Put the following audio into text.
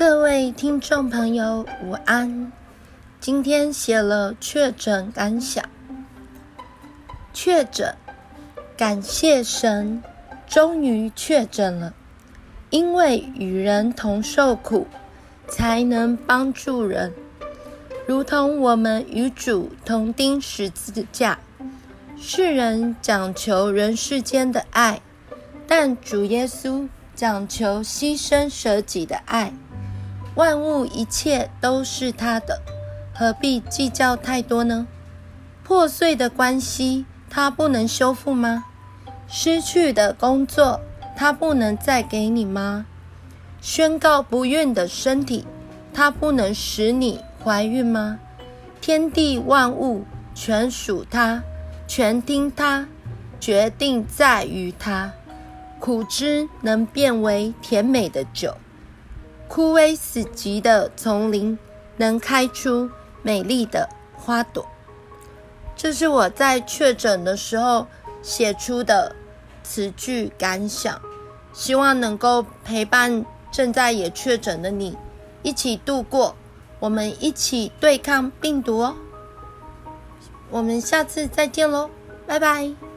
各位听众朋友午安，今天写了确诊感想。确诊，感谢神，终于确诊了。因为与人同受苦，才能帮助人，如同我们与主同钉十字架。世人讲求人世间的爱，但主耶稣讲求牺牲舍己的爱。万物一切都是他的，何必计较太多呢？破碎的关系，他不能修复吗？失去的工作，他不能再给你吗？宣告不孕的身体，他不能使你怀孕吗？天地万物全属他，全听他，决定在于他。苦汁能变为甜美的酒，枯萎死寂的丛林能开出美丽的花朵。这是我在确诊的时候写出的词句感想，希望能够陪伴正在也确诊的你一起度过，我们一起对抗病毒哦。我们下次再见咯，拜拜。